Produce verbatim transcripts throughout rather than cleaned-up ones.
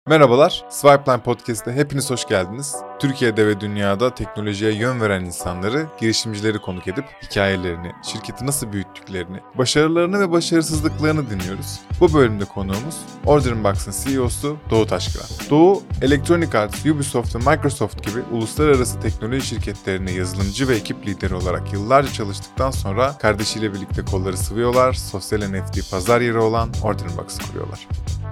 Merhabalar, Swipeline Podcast'te hepiniz hoş geldiniz. Türkiye'de ve dünyada teknolojiye yön veren insanları, girişimcileri konuk edip hikayelerini, şirketi nasıl büyüttüklerini, başarılarını ve başarısızlıklarını dinliyoruz. Bu bölümde konuğumuz Orderingbox'ın C E O'su Doğu Taşkıran. Doğu, Electronic Arts, Ubisoft ve Microsoft gibi uluslararası teknoloji şirketlerine yazılımcı ve ekip lideri olarak yıllarca çalıştıktan sonra kardeşiyle birlikte kolları sıvıyorlar, sosyal N F T pazar yeri olan Orderingbox'ı kuruyorlar.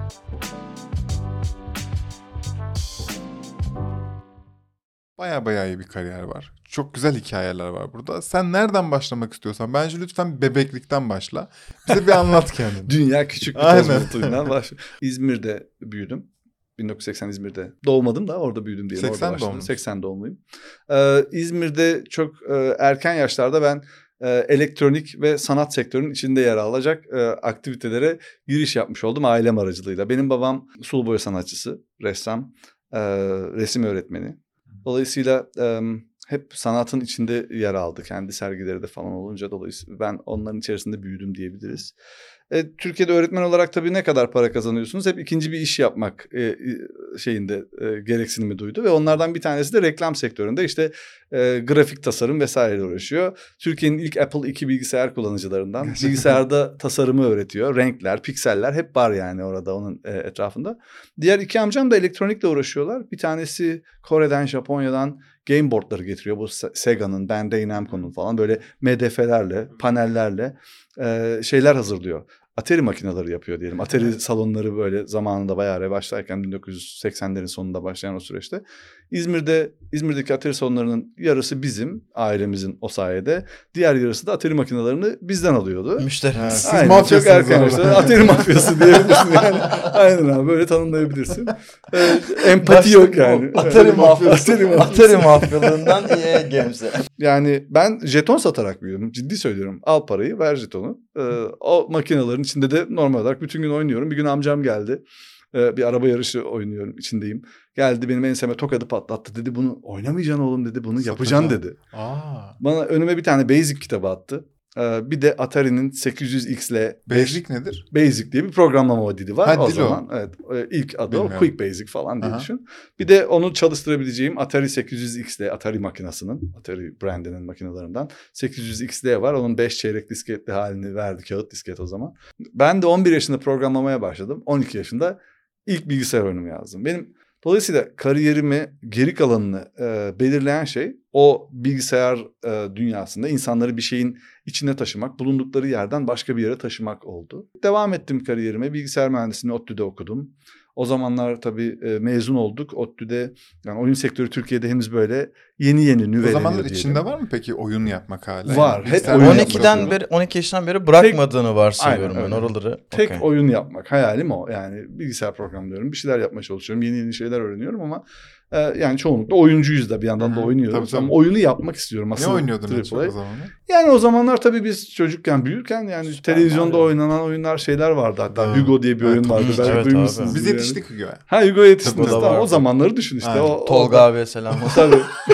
Baya baya iyi bir kariyer var. Çok güzel hikayeler var burada. Sen nereden başlamak istiyorsan bence lütfen bebeklikten başla. Bize bir anlat kendini. Dünya küçük bir kozmopolitinden başla. İzmir'de büyüdüm. bin dokuz yüz seksen İzmir'de doğmadım da orada büyüdüm diye. seksen doğumlu. seksen doğumluyum. Ee, İzmir'de çok e, erken yaşlarda ben e, elektronik ve sanat sektörünün içinde yer alacak e, aktivitelere giriş yapmış oldum ailem aracılığıyla. Benim babam sulu boya sanatçısı, ressam, e, resim öğretmeni. Dolayısıyla e, hep sanatın içinde yer aldı. Kendi sergileri de falan olunca dolayısıyla ben onların içerisinde büyüdüm diyebiliriz. E, Türkiye'de öğretmen olarak tabii ne kadar para kazanıyorsunuz? Hep ikinci bir iş yapmak e, şeyinde e, gereksinimi duydu. Ve onlardan bir tanesi de reklam sektöründe işte e, grafik tasarım vesaire uğraşıyor. Türkiye'nin ilk Apple iki bilgisayar kullanıcılarından. Bilgisayarda tasarımı öğretiyor. Renkler, pikseller hep var yani orada onun e, etrafında. Diğer iki amcam da elektronikle uğraşıyorlar. Bir tanesi Kore'den, Japonya'dan game boardları getiriyor. Bu Sega'nın, Bandai Namco'nun falan böyle M D F'lerle, panellerle e, şeyler hazırlıyor. Atari makineleri yapıyor diyelim. Atari evet. Salonları böyle zamanında bayağı revaçtayken bin dokuz yüz seksenlerin sonunda başlayan o süreçte. İzmir'de İzmir'deki Atari salonlarının yarısı bizim ailemizin o sayede. Diğer yarısı da Atari makinelerini bizden alıyordu. Müşterimiz. Siz Aynen, mafyasınız. Çok erken yaşta. Atari mafyası diyebilirsin yani. Aynen abi böyle tanımlayabilirsin. Ee, empati yok yani. Atari mafyası. Atari mafyası. Atari mafyalığından E A Games'e. Yani ben jeton satarak büyüdüm. Ciddi söylüyorum. Al parayı, ver jetonu. Ee, o makinelerin içinde de normal olarak bütün gün oynuyorum. Bir gün amcam geldi. Ee, bir araba yarışı oynuyorum, içindeyim. Geldi benim enseme tokadı patlattı. Dedi bunu oynamayacaksın oğlum dedi. Bunu yapacaksın dedi. Aa. Bana önüme bir tane Basic kitabı attı. Ee, bir de Atari'nin sekiz yüz X ile Basic nedir? Basic diye bir programlama dili var ha, o zaman. O. Evet, ilk adı Bilmiyorum. o Quick Basic falan diye Aha. düşün. Bir de onu çalıştırabileceğim Atari sekiz yüz X ile Atari makinasının, Atari brandinin makinelerinden sekiz yüz X L var. Onun beş çeyrek disketli halini verdi, kağıt disket o zaman. Ben de on bir yaşında programlamaya başladım. on iki yaşında ilk bilgisayar oyunumu yazdım. Benim dolayısıyla kariyerimi, geri kalanını e, belirleyen şey o bilgisayar e, dünyasında insanları bir şeyin içine taşımak, bulundukları yerden başka bir yere taşımak oldu. Devam ettim kariyerime. Bilgisayar mühendisliğini ODTÜ'de okudum. O zamanlar tabii e, mezun olduk. ODTÜ'de yani oyun sektörü Türkiye'de henüz böyle yeni yeni nüveleniyor diyelim. O zamanlar içinde var mı peki oyun yapmak hala? Var. Yani hep on ikiden beri on iki yaşından beri bırakmadığını varsayıyorum ben oraları. Tek okay. oyun yapmak hayalim o. Yani bilgisayar programlıyorum. Bir şeyler yapmaya çalışıyorum. Yeni yeni şeyler öğreniyorum ama e, yani çoğunlukla oyuncuyuz da bir yandan da oynuyoruz. Tabii, tabii. Ama oyunu yapmak istiyorum aslında. Ne oynuyordun o zamanlar? Yani o zamanlar tabii biz çocukken büyürken yani Süper televizyonda yani. oynanan oyunlar şeyler vardı. Hatta evet. Hugo diye bir evet, oyun vardı. Belki evet, duymuşsunuz. Biz yetiştik Hugo'ya. Ha Hugo'ya yetiştiniz. Tamam, o zamanları düşün işte. Evet. O, Tolga o, abiye selam. Tabii.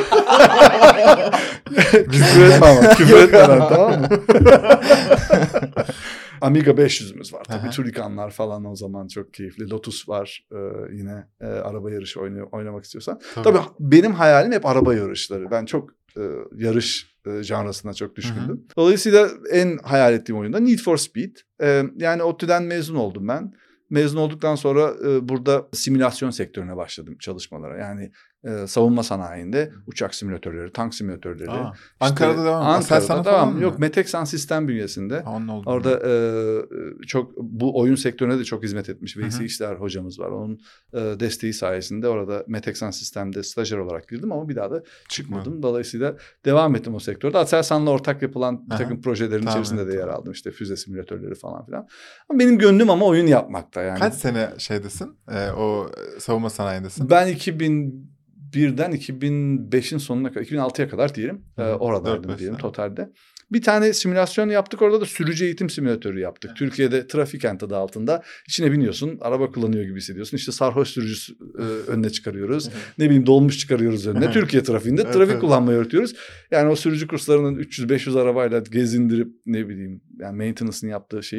Küfür etme ama. Küfür etmeden tamam mı? Amiga beş yüzümüz var tabii. Turikanlar falan o zaman çok keyifli. Lotus var ee, yine e, araba yarışı oynay- oynamak istiyorsan. Tabii. tabii benim hayalim hep araba yarışları. Ben çok e, yarış e, janrasına çok düşkündüm. Hı hı. Dolayısıyla en hayal ettiğim oyunda Need for Speed. E, yani ODTÜ'den mezun oldum ben. Mezun olduktan sonra e, burada simülasyon sektörüne başladım çalışmalara. Yani e, savunma sanayinde uçak simülatörleri, tank simülatörleri. Aa, işte, Ankara'da devam. Ankara'da devam. Yok, Meteksan Sistem bünyesinde. Aa, orada e, çok bu oyun sektörüne de çok hizmet etmiş Veysi İşler hocamız var. Onun e, desteği sayesinde orada Meteksan Sistem'de stajyer olarak girdim ama bir daha da çıkmadım. Çıkmadım. Dolayısıyla devam ettim o sektörde. Aselsan'la ortak yapılan bir takım Aha. projelerin tamam, içerisinde evet, de yer aldım. İşte füze simülatörleri falan filan. Ama benim gönlüm ama oyun yapmakta yani. Kaç sene şeydesin? E, o savunma sanayindesin? Ben iki bin birden iki bin beşin sonuna kadar, iki bin altıya kadar diyelim. E, oradaydım diyelim totalde. Bir tane simülasyon yaptık. Orada da sürücü eğitim simülatörü yaptık. Evet. Türkiye'de Trafikent adı altında. İçine biniyorsun. Araba kullanıyor gibi hissediyorsun. İşte sarhoş sürücü e, önüne çıkarıyoruz. Ne bileyim dolmuş çıkarıyoruz önüne. Türkiye trafiğinde evet, trafik evet. kullanmayı öğretiyoruz. Yani o sürücü kurslarının üç yüz beş yüz arabayla gezindirip ne bileyim yani maintenance'ını yaptığı şeyi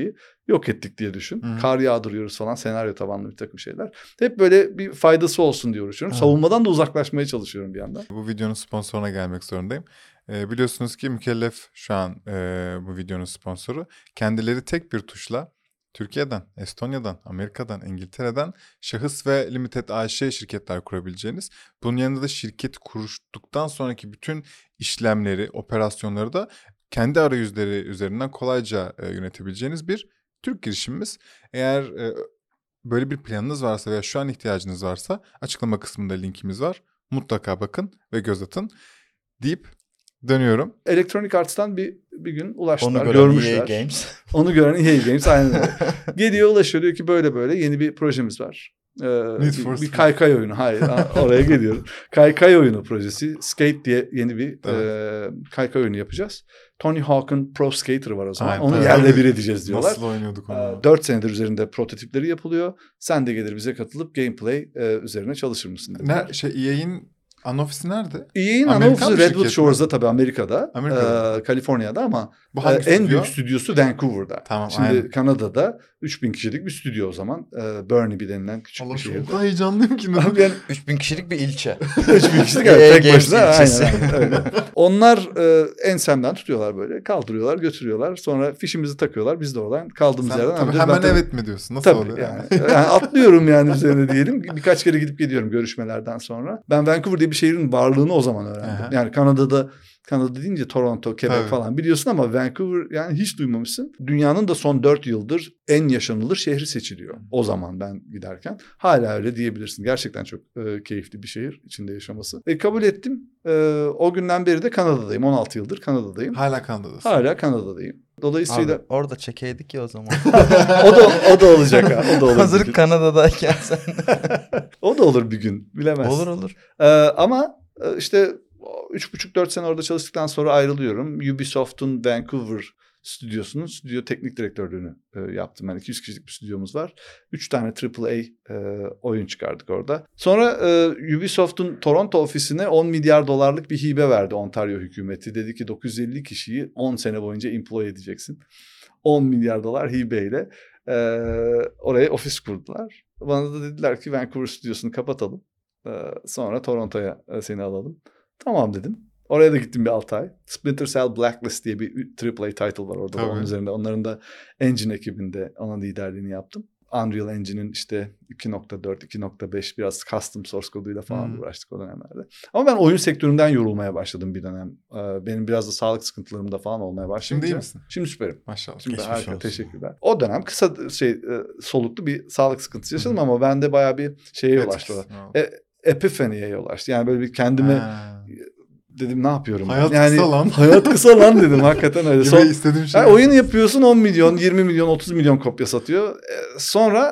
yok ettik diye düşün. Hı. Kar yağdırıyoruz falan, senaryo tabanlı bir takım şeyler. Hep böyle bir faydası olsun diye uğraşıyorum. Hı. Savunmadan da uzaklaşmaya çalışıyorum bir yandan. Bu videonun sponsoruna gelmek zorundayım. Ee, biliyorsunuz ki Mükellef şu an e, bu videonun sponsoru. Kendileri tek bir tuşla Türkiye'den, Estonya'dan, Amerika'dan, İngiltere'den şahıs ve limited A Ş şirketler kurabileceğiniz. Bunun yanında da şirket kuruştuktan sonraki bütün işlemleri, operasyonları da kendi arayüzleri üzerinden kolayca e, yönetebileceğiniz bir Türk girişimimiz. Eğer e, böyle bir planınız varsa veya şu an ihtiyacınız varsa açıklama kısmında linkimiz var. Mutlaka bakın ve göz atın deyip dönüyorum. Electronic Arts'tan bir bir gün ulaştılar, Onu gören görmüşler. E A Games. Onu gören E A Games aynen öyle. Geliyor, ulaşıyor, diyor ki böyle böyle yeni bir projemiz var. Ee, Need for bir, bir Speed. kaykay oyunu. Hayır, oraya geliyorum. Kaykay oyunu projesi. Skate diye yeni bir Evet. e, kaykay oyunu yapacağız. Tony Hawk'ın Pro Skater var o zaman. Aynen, Onu tabii. yerle bir edeceğiz diyorlar. Nasıl oynuyorduk onu? dört senedir üzerinde prototipleri yapılıyor. Sen de gelir bize katılıp gameplay e, üzerine çalışır mısın dediler. Ne, şey E A'in ana ofisi nerede? E A'in ana Amerikan ofisi bir Redwood şirket Shores'da tabii Amerika'da. Amerika'da. E, Kaliforniya'da ama Bu e, hangi en stüdyo? büyük stüdyosu Vancouver'da. Tamam, Şimdi aynen. Kanada'da üç bin kişilik bir stüdyo o zaman. E, Burnaby denilen küçük Allah bir şehirde. çok heyecanlıyım ki. Abi yani üç bin kişilik bir ilçe. üç bin kişilik E A evet, tek Games başına. ilçesi. Aynen, aynen. Onlar e, ensemden tutuyorlar böyle. Kaldırıyorlar, götürüyorlar. Sonra fişimizi takıyorlar. Biz de oradan kaldığımız Sen yerden tabii alıyoruz. hemen Ben tabii- evet mi diyorsun? Nasıl Tabii oluyor? yani. yani atlıyorum yani üzerine diyelim. Birkaç kere gidip geliyorum görüşmelerden sonra. Ben Vancouver diye bir şehrin varlığını o zaman öğrendim. Aha. Yani Kanada'da Kanada deyince Toronto, Quebec Tabii. falan biliyorsun ama Vancouver yani hiç duymamışsın. Dünyanın da son dört yıldır en yaşanılır şehri seçiliyor. O zaman ben giderken. Hala öyle diyebilirsin. Gerçekten çok e, keyifli bir şehir içinde yaşaması. E, kabul ettim. E, o günden beri de Kanada'dayım. on altı yıldır Kanada'dayım. Hala Kanada'dasın. Hala Kanada'dayım. Dolayısıyla Abi, orada çekeydik ya o zaman. o da o da olacak ha. O da olur. bir Hazır gün. Kanada'dayken sen. O da olur bir gün. Bilemezsin. Olur olur. Ee, ama e, işte üç buçuk dört sene orada çalıştıktan sonra ayrılıyorum. Ubisoft'un Vancouver stüdyosunun stüdyo teknik direktörlüğünü e, yaptım. Yani iki yüz kişilik bir stüdyomuz var. üç tane Triple A e, oyun çıkardık orada. Sonra e, Ubisoft'un Toronto ofisine on milyar dolarlık bir hibe verdi Ontario hükümeti. Dedi ki dokuz yüz elli kişiyi on sene boyunca employ edeceksin. on milyar dolar hibeyle e, oraya ofis kurdular. Bana da dediler ki Vancouver stüdyosunu kapatalım. E, sonra Toronto'ya e, seni alalım. Tamam dedim. Oraya da gittim bir altı ay. Splinter Cell Blacklist diye bir Triple A title var orada. Tabii. Onun üzerinde. Onların da Engine ekibinde onun liderliğini yaptım. Unreal Engine'in işte iki nokta dört, iki nokta beş biraz custom source koduyla falan Hmm. uğraştık o dönemlerde. Ama ben oyun sektöründen yorulmaya başladım bir dönem. Ee, benim biraz da sağlık sıkıntılarım da falan olmaya başlayınca. Şimdi iyi misin? Şimdi süperim. Maşallah. Şimdi Geçmiş harika, olsun. teşekkürler. O dönem kısa şey e, soluklu bir sağlık sıkıntısı yaşadım ama bende bayağı bir şeye yol açtı. o. E, Epiphany'ye yol açtı. Yani böyle bir kendime Ha. dedim ne yapıyorum? Hayat yani, kısa lan. Hayat kısa lan dedim hakikaten öyle. Gibi Son, istediğim şey. yani oyun yapıyorsun on milyon, yirmi milyon, otuz milyon kopya satıyor. E, sonra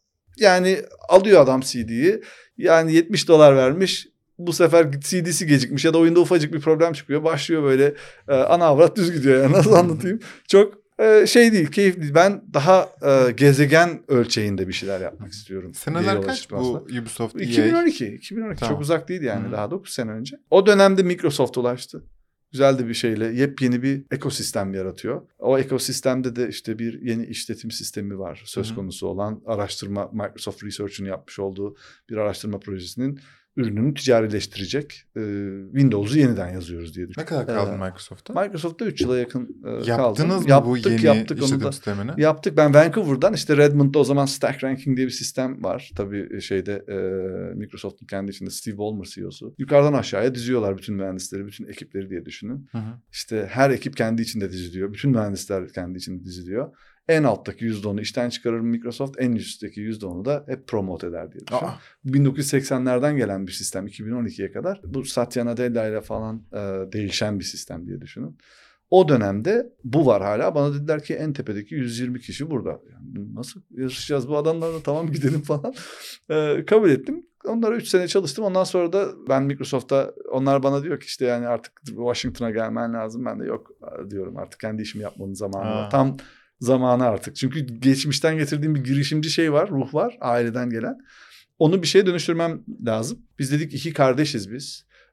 yani alıyor adam C D'yi. Yani yetmiş dolar vermiş. Bu sefer C D'si gecikmiş ya da oyunda ufacık bir problem çıkıyor. Başlıyor böyle e, ana avrat düz gidiyor. Yani nasıl anlatayım? Çok e, şey değil, keyif değil. Ben daha e, gezegen ölçeğinde bir şeyler yapmak istiyorum. diye Seneler yola kaç çıktım bu aslında. Ubisoft, iki bin E A? on iki. iki bin on iki Tamam. çok uzak değil yani. Hı. Daha dokuz sene önce. O dönemde Microsoft ulaştı. Güzel de bir şeyle yepyeni bir ekosistem yaratıyor. O ekosistemde de işte bir yeni işletim sistemi var. Söz Hı hı. konusu olan araştırma, Microsoft Research'ın yapmış olduğu bir araştırma projesinin ürününü ticarileştirecek e, Windows'u yeniden yazıyoruz diye Ne düşünüyorum. kadar kaldın Ee, Microsoft'ta? Microsoft'ta üç yıla yakın e, kaldım. Yaptınız mı yaptık, bu yeni yaptık onu işletim da. sistemini? Yaptık. Ben Vancouver'dan işte Redmond'da o zaman Stack Ranking diye bir sistem var. Tabii şeyde e, Microsoft'un kendi içinde Steve Ballmer C E O'su. Yukarıdan aşağıya diziyorlar bütün mühendisleri, bütün ekipleri diye düşünün. Hı hı. İşte her ekip kendi içinde diziliyor. Bütün mühendisler kendi içinde diziliyor. En alttaki yüzde onu işten çıkarır Microsoft. En üstteki yüzde onu da hep promote eder diye düşün. Aa. bin dokuz yüz seksenlerden gelen bir sistem iki bin on ikiye kadar. Bu Satya Nadella ile falan e, değişen bir sistem diye düşünün. O dönemde bu var hala. Bana dediler ki en tepedeki yüz yirmi kişi burada. Yani nasıl yarışacağız bu adamlarla, tamam gidelim falan. E, kabul ettim. Onlara üç sene çalıştım. Ondan sonra da ben Microsoft'ta, onlar bana diyor ki işte yani artık Washington'a gelmen lazım. Ben de yok diyorum, artık kendi işimi yapmanın zamanı Ha. var. Tam zamanı artık. Çünkü geçmişten getirdiğim bir girişimci şey var, ruh var, aileden gelen. Onu bir şeye dönüştürmem lazım. Biz dedik iki kardeşiz biz.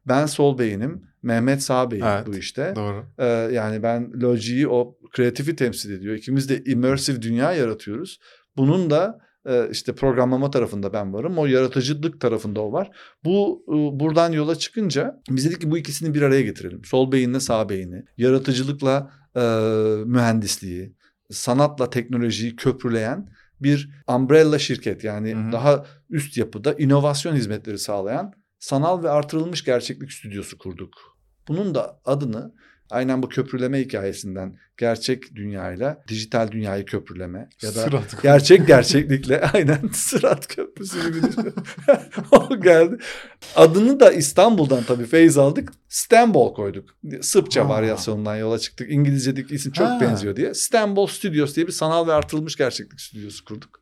Ben sol beynim, Mehmet sağ beyin Evet, bu işte. Doğru. Ee, yani ben Logic'i, o kreatifi temsil ediyor. İkimiz de immersive dünya yaratıyoruz. Bunun da e, işte programlama tarafında ben varım. O yaratıcılık tarafında o var. Bu e, buradan yola çıkınca biz dedik ki bu ikisini bir araya getirelim. Sol beyinle sağ beyni, yaratıcılıkla e, mühendisliği, sanatla teknolojiyi köprüleyen bir umbrella şirket. Yani Hı hı. daha üst yapıda inovasyon hizmetleri sağlayan sanal ve artırılmış gerçeklik stüdyosu kurduk. Bunun da adını aynen bu köprüleme hikayesinden gerçek dünyayla dijital dünyayı köprüleme ya da Sırat. gerçek gerçeklikle aynen Sırat Köprüsü gibi o geldi. Adını da İstanbul'dan tabii feyz aldık. Stanbol koyduk. Sırpça Ha. varyasyonundan yola çıktık. İngilizce'deki isim çok Ha. benziyor diye. Stanbol Studios diye bir sanal ve artırılmış gerçeklik stüdyosu kurduk.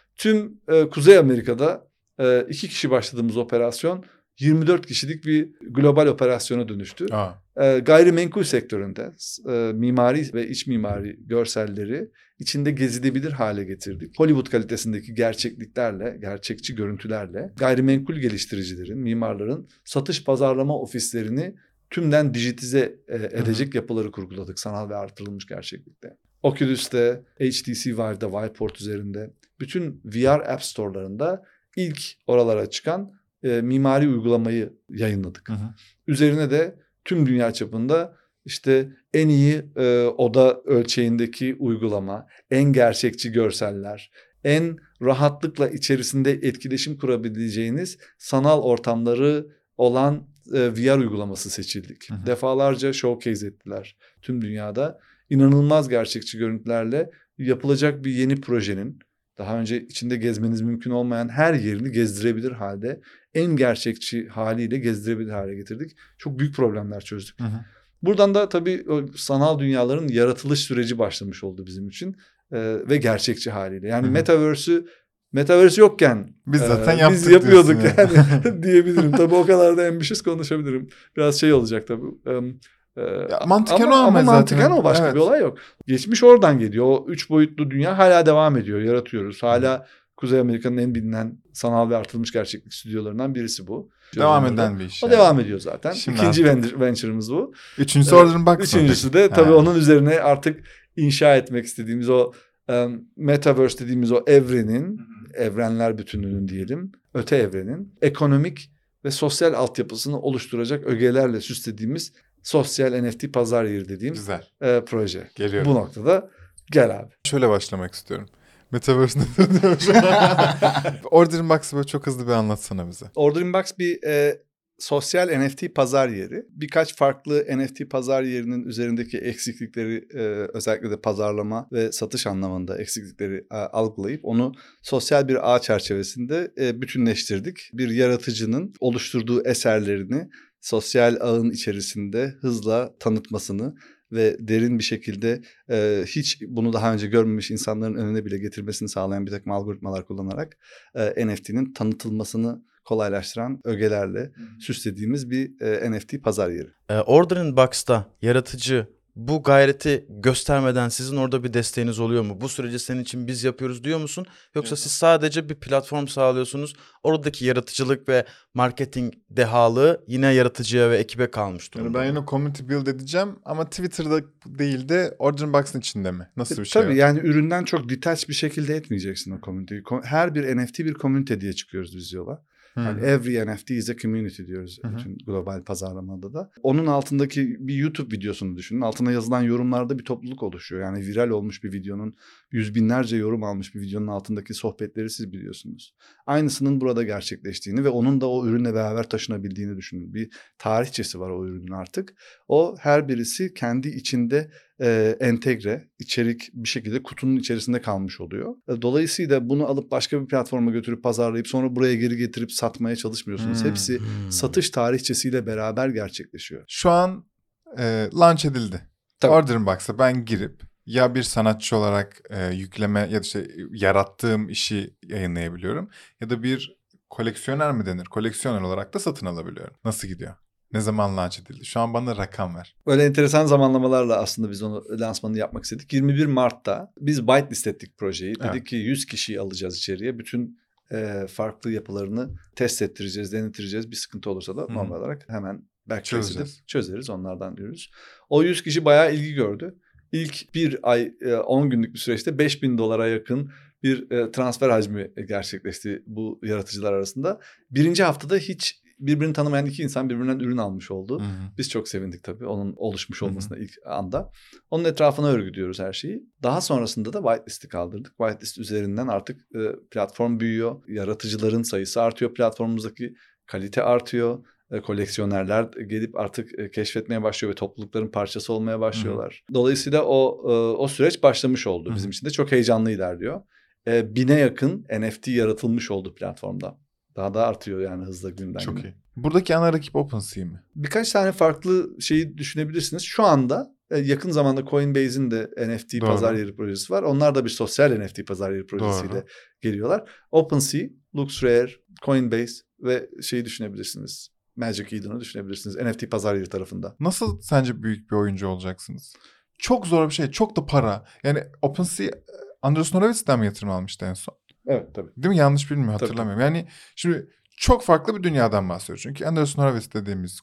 Tüm e, Kuzey Amerika'da e, iki kişi başladığımız operasyon yirmi dört kişilik bir global operasyona dönüştü. Aa. E, gayrimenkul sektöründe e, mimari ve iç mimari görselleri içinde gezilebilir hale getirdik. Hollywood kalitesindeki gerçekliklerle, gerçekçi görüntülerle gayrimenkul geliştiricilerin, mimarların satış pazarlama ofislerini tümden dijitize e, edecek yapıları kurguladık sanal ve artırılmış gerçeklikte. Oculus'te, H T C Vive'de, Viveport üzerinde bütün V R App Store'larında ilk oralara çıkan e, mimari uygulamayı yayınladık. Hı hı. Üzerine de tüm dünya çapında işte en iyi e, oda ölçeğindeki uygulama, en gerçekçi görseller, en rahatlıkla içerisinde etkileşim kurabileceğiniz sanal ortamları olan e, V R uygulaması seçildik. Hı hı. Defalarca showcase ettiler tüm dünyada. İnanılmaz gerçekçi görüntülerle yapılacak bir yeni projenin daha önce içinde gezmeniz mümkün olmayan her yerini gezdirebilir halde en gerçekçi haliyle gezdirebilir hale getirdik. Çok büyük problemler çözdük. Hı hı. Buradan da tabii o sanal dünyaların yaratılış süreci başlamış oldu bizim için ee, ve gerçekçi haliyle. Yani Hı hı. Metaverse'ü Metaverse yokken Biz zaten e, yaptık biz yapıyorduk diyorsun yani, yani diyebilirim. Tabii o kadar da ambitious konuşabilirim. Biraz şey olacak tabii. Um, Ya, mantıken ama, o ama zaten. mantıken o, başka Evet. bir olay yok. Geçmiş oradan geliyor. O üç boyutlu dünya hala devam ediyor. Yaratıyoruz. Hala Kuzey Amerika'nın en bilinen sanal ve artırılmış gerçeklik stüdyolarından birisi bu. Devam Orada. eden bir iş. O yani. devam ediyor zaten. Şimdi İkinci venture- venture'ımız bu. Üçüncüsü Evet. Order'ın Box. Üçüncüsü de tabii onun üzerine artık inşa etmek istediğimiz o um, Metaverse dediğimiz o evrenin, evrenler bütünlüğünün diyelim, öte evrenin ekonomik ve sosyal altyapısını oluşturacak ögelerle süslediğimiz sosyal N F T pazar yeri dediğim Güzel. e, proje. Geliyorum. Bu noktada gel abi. Şöyle başlamak istiyorum. Metaverse nedir diyorum. Order'ın Box'ı böyle çok hızlı bir anlatsana bize. Ordering Box bir e, sosyal N F T pazar yeri. Birkaç farklı N F T pazar yerinin üzerindeki eksiklikleri e, özellikle de pazarlama ve satış anlamında eksiklikleri e, algılayıp onu sosyal bir ağ çerçevesinde e, bütünleştirdik. Bir yaratıcının oluşturduğu eserlerini sosyal ağın içerisinde hızla tanıtmasını ve derin bir şekilde e, hiç bunu daha önce görmemiş insanların önüne bile getirmesini sağlayan bir takım algoritmalar kullanarak e, N F T'nin tanıtılmasını kolaylaştıran ögelerle hmm. süslediğimiz bir e, N F T pazar yeri. E, Ordering Box'ta yaratıcı bu gayreti göstermeden sizin orada bir desteğiniz oluyor mu? Bu süreci senin için biz yapıyoruz diyor musun? Yoksa evet. siz sadece bir platform sağlıyorsunuz. Oradaki yaratıcılık ve marketing dehalığı yine yaratıcıya ve ekibe kalmış durumda. Yani ben yine community build edeceğim ama Twitter'da değil de Ordering Box'ın içinde mi? Nasıl bir şey? Tabii yani üründen çok detach bir şekilde etmeyeceksin o community'yi. Her bir N F T bir community diye çıkıyoruz biz yola. Yani every N F T is a community diyoruz Hı-hı. bütün global pazarlamada da. Onun altındaki bir YouTube videosunu düşünün. Altına yazılan yorumlarda bir topluluk oluşuyor. Yani viral olmuş bir videonun, yüz binlerce yorum almış bir videonun altındaki sohbetleri siz biliyorsunuz. Aynısının burada gerçekleştiğini ve onun da o ürünle beraber taşınabildiğini düşünün. Bir tarihçesi var o ürünün artık. O her birisi kendi içinde e, entegre, içerik bir şekilde kutunun içerisinde kalmış oluyor. Dolayısıyla bunu alıp başka bir platforma götürüp pazarlayıp sonra buraya geri getirip satmaya çalışmıyorsunuz. Hmm. Hepsi hmm. satış tarihçesiyle beraber gerçekleşiyor. Şu an e, launch edildi. Tabii. Ordering Box'a ben girip ya bir sanatçı olarak e, yükleme ya da işte yarattığım işi yayınlayabiliyorum ya da bir koleksiyoner mi denir? Koleksiyoner olarak da satın alabiliyorum. Nasıl gidiyor? Ne zaman launch edildi? Şu an bana rakam ver. Öyle enteresan zamanlamalarla aslında biz onu lansmanını yapmak istedik. yirmi bir Mart'ta biz whitelist ettik projeyi. Dedik evet. ki yüz kişiyi alacağız içeriye. Bütün e, farklı yapılarını test ettireceğiz, denetireceğiz. Bir sıkıntı olursa da normal Hı. olarak hemen backtrace edip Çözeceğiz. çözeriz. Onlardan diyoruz. O yüz kişi bayağı ilgi gördü. İlk bir ay on günlük bir süreçte beş bin dolara yakın bir e, transfer hacmi gerçekleşti bu yaratıcılar arasında. Birinci haftada hiç birbirini tanımayan iki insan birbirinden ürün almış oldu. Hı hı. Biz çok sevindik tabii onun oluşmuş olmasına Hı hı. ilk anda. Onun etrafına örgütlüyoruz her şeyi. Daha sonrasında da whitelist'i kaldırdık. Whitelist üzerinden artık e, platform büyüyor. Yaratıcıların sayısı artıyor. Platformumuzdaki kalite artıyor. E, koleksiyonerler gelip artık e, keşfetmeye başlıyor ve toplulukların parçası olmaya başlıyorlar. Hı hı. Dolayısıyla o e, o süreç başlamış oldu. Hı hı. Bizim için de çok heyecanlı ilerliyor. E, bine yakın N F T yaratılmış oldu platformda. Daha da artıyor yani hızla günden Çok güne. iyi. Buradaki ana rakip OpenSea mi? Birkaç tane farklı şeyi düşünebilirsiniz. Şu anda yakın zamanda Coinbase'in de N F T Doğru. pazar yeri projesi var. Onlar da bir sosyal N F T pazar yeri projesiyle Doğru. geliyorlar. OpenSea, LuxRare, Coinbase ve şeyi düşünebilirsiniz. Magic Eden'ı düşünebilirsiniz N F T pazar yeri tarafında. Nasıl sence büyük bir oyuncu olacaksınız? Çok zor bir şey. Çok da para. Yani OpenSea Andreessen Horowitz'ten mi yatırım almıştı en son? Evet tabii. Değil mi? Yanlış bilmiyorum, hatırlamıyorum. Tabii, tabii. Yani şimdi çok farklı bir dünyadan bahsediyoruz. Çünkü Andreessen Horowitz dediğimiz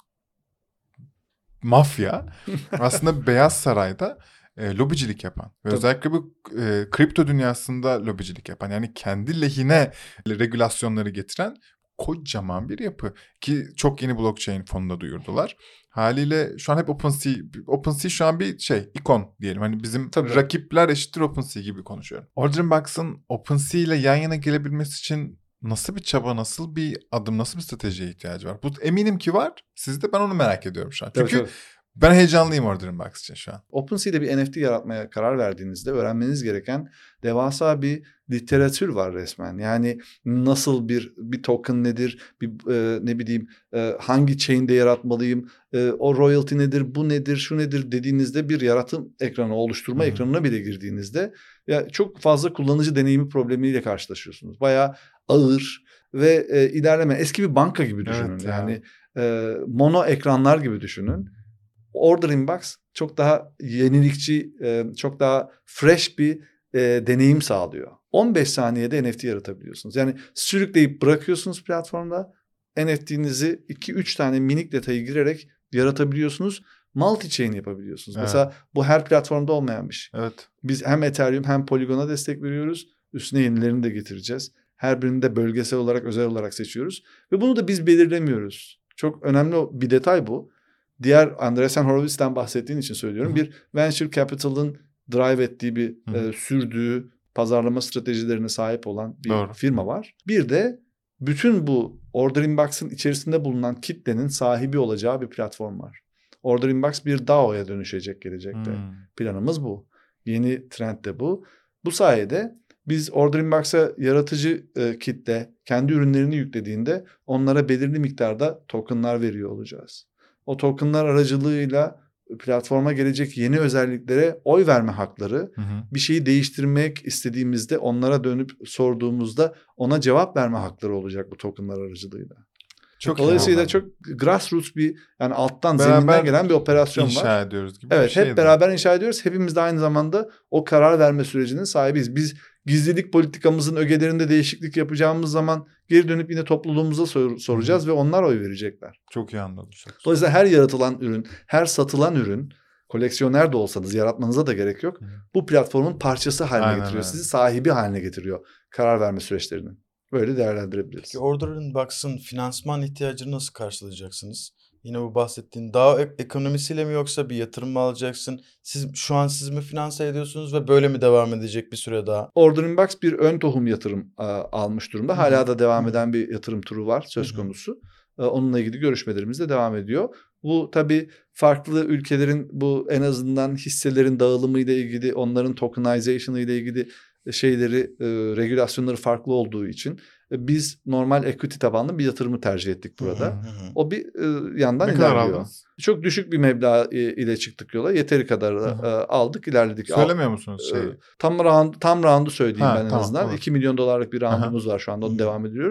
mafya aslında Beyaz Saray'da e, lobicilik yapan. Ve özellikle bu e, kripto dünyasında lobicilik yapan. Yani kendi lehine regülasyonları getiren kocaman bir yapı. Ki çok yeni blockchain fonunda duyurdular. Haliyle şu an hep OpenSea, OpenSea şu an bir şey, ikon diyelim. Hani bizim Tabii. rakipler eşittir OpenSea gibi konuşuyorum. Orderingbox'ın OpenSea ile yan yana gelebilmesi için nasıl bir çaba, nasıl bir adım, nasıl bir stratejiye ihtiyacı var? Bu eminim ki var. Sizde, ben onu merak ediyorum şu an. Çünkü Tabii, tabii. ben heyecanlıyım Orderingbox için şu an. OpenSea'de bir N F T yaratmaya karar verdiğinizde öğrenmeniz gereken devasa bir literatür var resmen. Yani nasıl bir bir token nedir, bir e, ne bileyim e, hangi chain'de yaratmalıyım, e, o royalty nedir, bu nedir, şu nedir dediğinizde bir yaratım ekranı, oluşturma Hı-hı. ekranına bile girdiğinizde ya çok fazla kullanıcı deneyimi problemiyle karşılaşıyorsunuz. Bayağı ağır ve e, ilerleme. Eski bir banka gibi düşünün. Evet ya. Yani e, mono ekranlar gibi düşünün. Orderingbox çok daha yenilikçi, çok daha fresh bir deneyim sağlıyor. on beş saniyede N F T yaratabiliyorsunuz. Yani sürükleyip bırakıyorsunuz platformda. N F T'nizi iki üç tane minik detayı girerek yaratabiliyorsunuz. Multi-chain yapabiliyorsunuz. Evet. Mesela bu her platformda olmayan bir şey. Evet. Biz hem Ethereum hem Polygon'a destek veriyoruz. Üstüne yenilerini de getireceğiz. Her birini de bölgesel olarak, özel olarak seçiyoruz. Ve bunu da biz belirlemiyoruz. Çok önemli bir detay bu. Diğer Andreessen Horowitz'ten bahsettiğin için söylüyorum. Hı-hı. Bir venture capital'ın drive ettiği bir e, sürdüğü pazarlama stratejilerine sahip olan bir Doğru. firma var. Bir de bütün bu Orderingbox'ın içerisinde bulunan kitlenin sahibi olacağı bir platform var. Orderingbox bir D A O'ya dönüşecek gelecekte. Hmm. Planımız bu. Yeni trend de bu. Bu sayede biz Orderingbox'a yaratıcı e, kitle kendi ürünlerini yüklediğinde onlara belirli miktarda tokenlar veriyor olacağız. O tokenlar aracılığıyla platforma gelecek yeni özelliklere oy verme hakları, hı hı. bir şeyi değiştirmek istediğimizde onlara dönüp sorduğumuzda ona cevap verme hakları olacak bu tokenlar aracılığıyla. Çok Dolayısıyla çok grassroots bir, yani alttan beraber zeminden gelen bir operasyon inşa var. İnşa ediyoruz gibi evet, bir şey. Hep beraber inşa ediyoruz. Hepimiz de aynı zamanda o karar verme sürecinin sahibiyiz. Biz gizlilik politikamızın ögelerinde değişiklik yapacağımız zaman geri dönüp yine topluluğumuza sor- soracağız Hı-hı. ve onlar oy verecekler. Çok iyi anladım. Çok Dolayısıyla her yaratılan ürün, her satılan ürün, koleksiyoner de olsanız yaratmanıza da gerek yok. Hı-hı. Bu platformun parçası haline Aynen getiriyor. Öyle. Sizi sahibi haline getiriyor karar verme süreçlerinin. Böyle değerlendirebiliriz. Peki Orderingbox'ın finansman ihtiyacını nasıl karşılayacaksınız? Yine bu bahsettiğin D A O ekonomisiyle mi yoksa bir yatırım mı alacaksın? Siz şu an siz mi finanse ediyorsunuz ve böyle mi devam edecek bir süre daha? Orderingbox bir ön tohum yatırım a, almış durumda. Hı-hı. Hala da devam eden bir yatırım turu var söz Hı-hı. konusu. Onunla ilgili görüşmelerimiz de devam ediyor. Bu tabii farklı ülkelerin bu en azından hisselerin dağılımı ile ilgili, onların tokenization ile ilgili şeyleri, e, regülasyonları farklı olduğu için e, biz normal equity tabanlı bir yatırımı tercih ettik burada. Hı hı. O bir e, yandan ne ilerliyor. Çok düşük bir meblağ e, ile çıktık yola. Yeteri kadar e, aldık, ilerledik. Söylemiyor musunuz şeyi? E, tam round tam roundu söyleyeyim ha, ben en tamam, azından. Tamam. iki milyon dolarlık bir roundumuz var şu anda. Onu devam ediyoruz.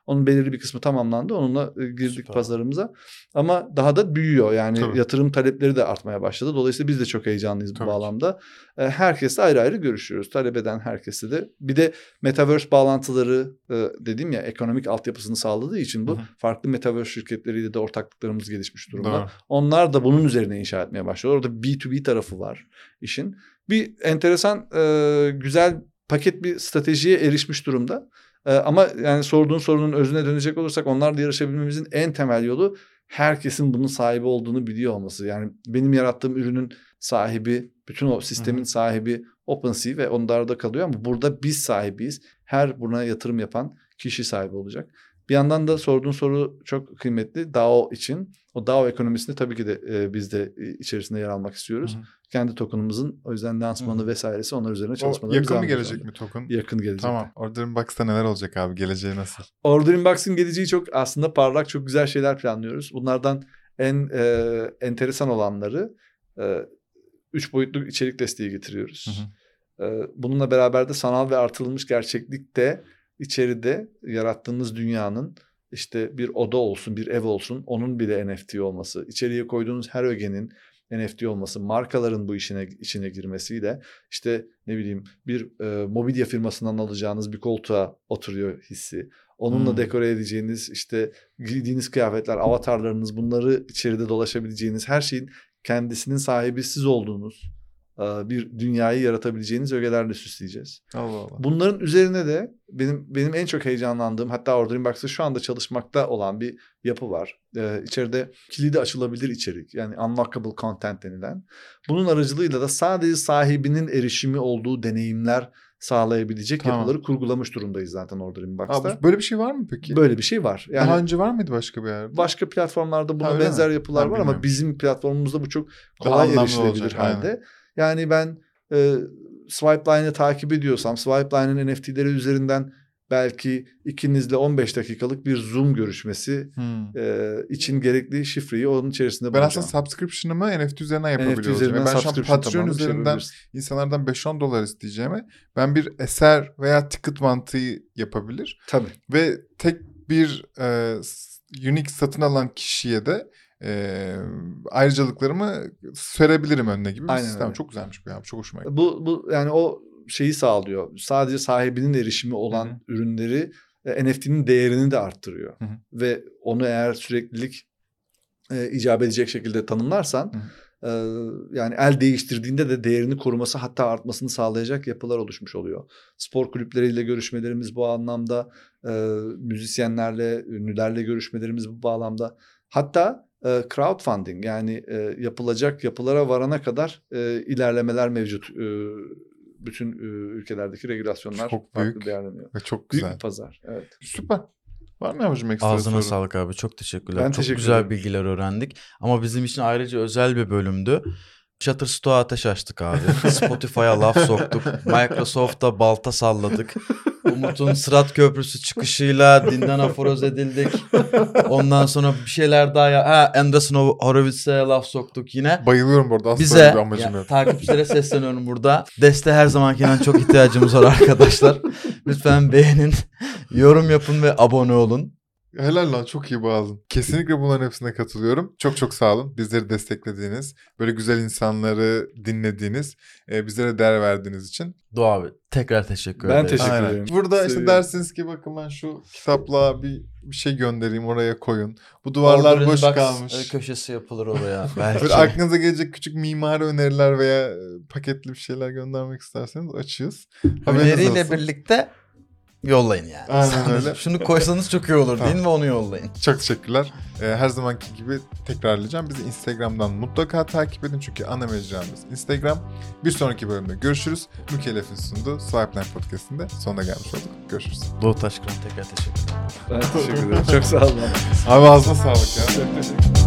Onun belirli bir kısmı tamamlandı. Onunla e, girdik Süper. pazarımıza. Ama daha da büyüyor. Yani Tabii. yatırım talepleri de artmaya başladı. Dolayısıyla biz de çok heyecanlıyız Tabii bu ki. bağlamda. E, herkesle ayrı ayrı görüşüyoruz. Talep eden herkesle de. Bir de Metaverse bağlantıları e, dedim ya, ekonomik altyapısını sağladığı için bu Hı hı. farklı Metaverse şirketleriyle de ortaklıklarımız gelişmiş durumda. Doğru. Onlar da bunun üzerine inşa etmeye başlıyor. Orada B to B tarafı var işin. Bir enteresan, e, güzel paket bir stratejiye erişmiş durumda. E, ama yani sorduğun sorunun özüne dönecek olursak, onlarla yarışabilmemizin en temel yolu herkesin bunun sahibi olduğunu biliyor olması. Yani benim yarattığım ürünün sahibi, bütün o sistemin Hı hı. sahibi OpenSea ve onlarda kalıyor, ama burada biz sahibiyiz. Her buna yatırım yapan kişi sahibi olacak. Bir yandan da sorduğun soru çok kıymetli. D A O için. O D A O ekonomisinde tabii ki de e, biz de e, içerisinde yer almak istiyoruz. Hı hı. Kendi token'ımızın o yüzden lansmanı Hı hı. vesairesi, onlar üzerine O çalışmalarımız yakın devam mı ediyor gelecek şu anda. mi token? Yakın gelecek. Tamam. Order Box'ta neler olacak abi? Geleceği nasıl? Order Inbox'ın geleceği çok aslında parlak, çok güzel şeyler planlıyoruz. Bunlardan en e, enteresan olanları e, üç boyutlu içerik desteği getiriyoruz. Hı hı. E, bununla beraber de sanal ve artırılmış gerçeklikte içeride yarattığınız dünyanın işte bir oda olsun, bir ev olsun, onun bile N F T olması, içeriye koyduğunuz her ögenin N F T olması, markaların bu işine içine girmesiyle işte ne bileyim bir e, mobilya firmasından alacağınız bir koltuğa oturuyor hissi. Onunla Hmm. dekore edeceğiniz işte giydiğiniz kıyafetler, avatarlarınız, bunları içeride dolaşabileceğiniz her şeyin kendisinin sahibi siz olduğunuz e, bir dünyayı yaratabileceğiniz ögelerle süsleyeceğiz. Allah Allah. Bunların üzerine de benim benim en çok heyecanlandığım, hatta Order Inbox'ta şu anda çalışmakta olan bir yapı var. Ee, içeride kilidi açılabilir içerik, yani unlockable content denilen. Bunun aracılığıyla da sadece sahibinin erişimi olduğu deneyimler sağlayabilecek Tamam. yapıları kurgulamış durumdayız zaten Order Inbox'ta. Abi, böyle bir şey var mı peki? Böyle bir şey var. Yani Daha önce var mıydı başka bir yerde? başka platformlarda buna Ha, öyle benzer mi? yapılar Ben var, ama bilmiyorum. bizim platformumuzda bu çok Daha kolay anlamlı erişilebilir olacak, halde. aynen. Yani ben e, Swipeline'ı takip ediyorsam, Swipeline'ın N F T'leri üzerinden belki ikinizle on beş dakikalık bir Zoom görüşmesi Hmm. e, için gerekli şifreyi onun içerisinde Ben bulacağım. aslında subscription'ımı N F T üzerinden N F T yapabiliyor olacağım. üzerinden Ben şu an subscription Patreon tamamını üzerinden çevirebilirsin. insanlardan beş on dolar isteyeceğime ben bir eser veya ticket mantığı yapabilir. Tabii. Ve tek bir e, unique satın alan kişiye de e, ayrıcalıklarımı sürebilirim önüne gibi bir Aynen sistem. öyle. Çok güzelmiş bu ya. Çok hoşuma gitti. Bu, bu yani o şeyi sağlıyor. Sadece sahibinin erişimi olan Hı hı. ürünleri e, N F T'nin değerini de arttırıyor. Hı hı. Ve onu eğer süreklilik e, icap edecek şekilde tanımlarsan, e, yani el değiştirdiğinde de değerini koruması, hatta artmasını sağlayacak yapılar oluşmuş oluyor. Spor kulüpleriyle görüşmelerimiz bu anlamda, e, müzisyenlerle, ünlülerle görüşmelerimiz bu bağlamda. Hatta e, crowdfunding, yani e, yapılacak yapılara varana kadar e, ilerlemeler mevcut. E, bütün e, ülkelerdeki regülasyonlar Çok farklı büyük değerleniyor. Ve çok Büyük güzel. bir pazar. Evet. Süper. Var mı yavrucuğum ekstra Ağzına soru? sağlık abi. Çok teşekkürler. Ben Çok teşekkür güzel ederim. bilgiler öğrendik. Ama bizim için ayrıca özel bir bölümdü. Shutterstock'a ateş açtık abi. Spotify'a laf soktuk. Microsoft'a balta salladık. Umut'un Sırat Köprüsü çıkışıyla dinden aforoz edildik. Ondan sonra bir şeyler daha ya. Ha, Anderson Horowitz'e laf soktuk yine. Bayılıyorum bu arada. Asla Bize öyle bir amacım ya, yok. takipçilere sesleniyorum burada. Deste her zamankinden çok ihtiyacımız var arkadaşlar. Lütfen beğenin, yorum yapın ve abone olun. Helal lan, çok iyi bağladın. Kesinlikle bunların hepsine katılıyorum. Çok çok sağ olun. Bizleri desteklediğiniz, böyle güzel insanları dinlediğiniz, e, bizlere değer verdiğiniz için. Doğa abi tekrar teşekkür Ben ederim. teşekkür Aynen. ederim. Burada işte Seviyorum. dersiniz ki bakın ben şu kitapla bir, bir şey göndereyim, oraya koyun. Bu duvarlar Order boş Inbox, kalmış. e, köşesi yapılır oraya belki. Böyle aklınıza gelecek küçük mimari öneriler veya e, paketli bir şeyler göndermek isterseniz açığız. Haberiniz Öneriyle olsun. birlikte yollayın yani. Aynen Sadece öyle. Şunu koysanız çok iyi olur Tamam. değil mi? Onu yollayın. Çok teşekkürler. Ee, her zamanki gibi tekrarlayacağım. Bizi Instagram'dan mutlaka takip edin. Çünkü ana mecramız Instagram. Bir sonraki bölümde görüşürüz. Mükellef'in sunduğu Swipeline Podcast'inde sonuna gelmiş olduk. Görüşürüz. Doğu Taşkıran tekrar teşekkür ederim. Ben teşekkür ederim. Çok sağ olun. Abi ağzına sağlık ya. Çok teşekkür ederim.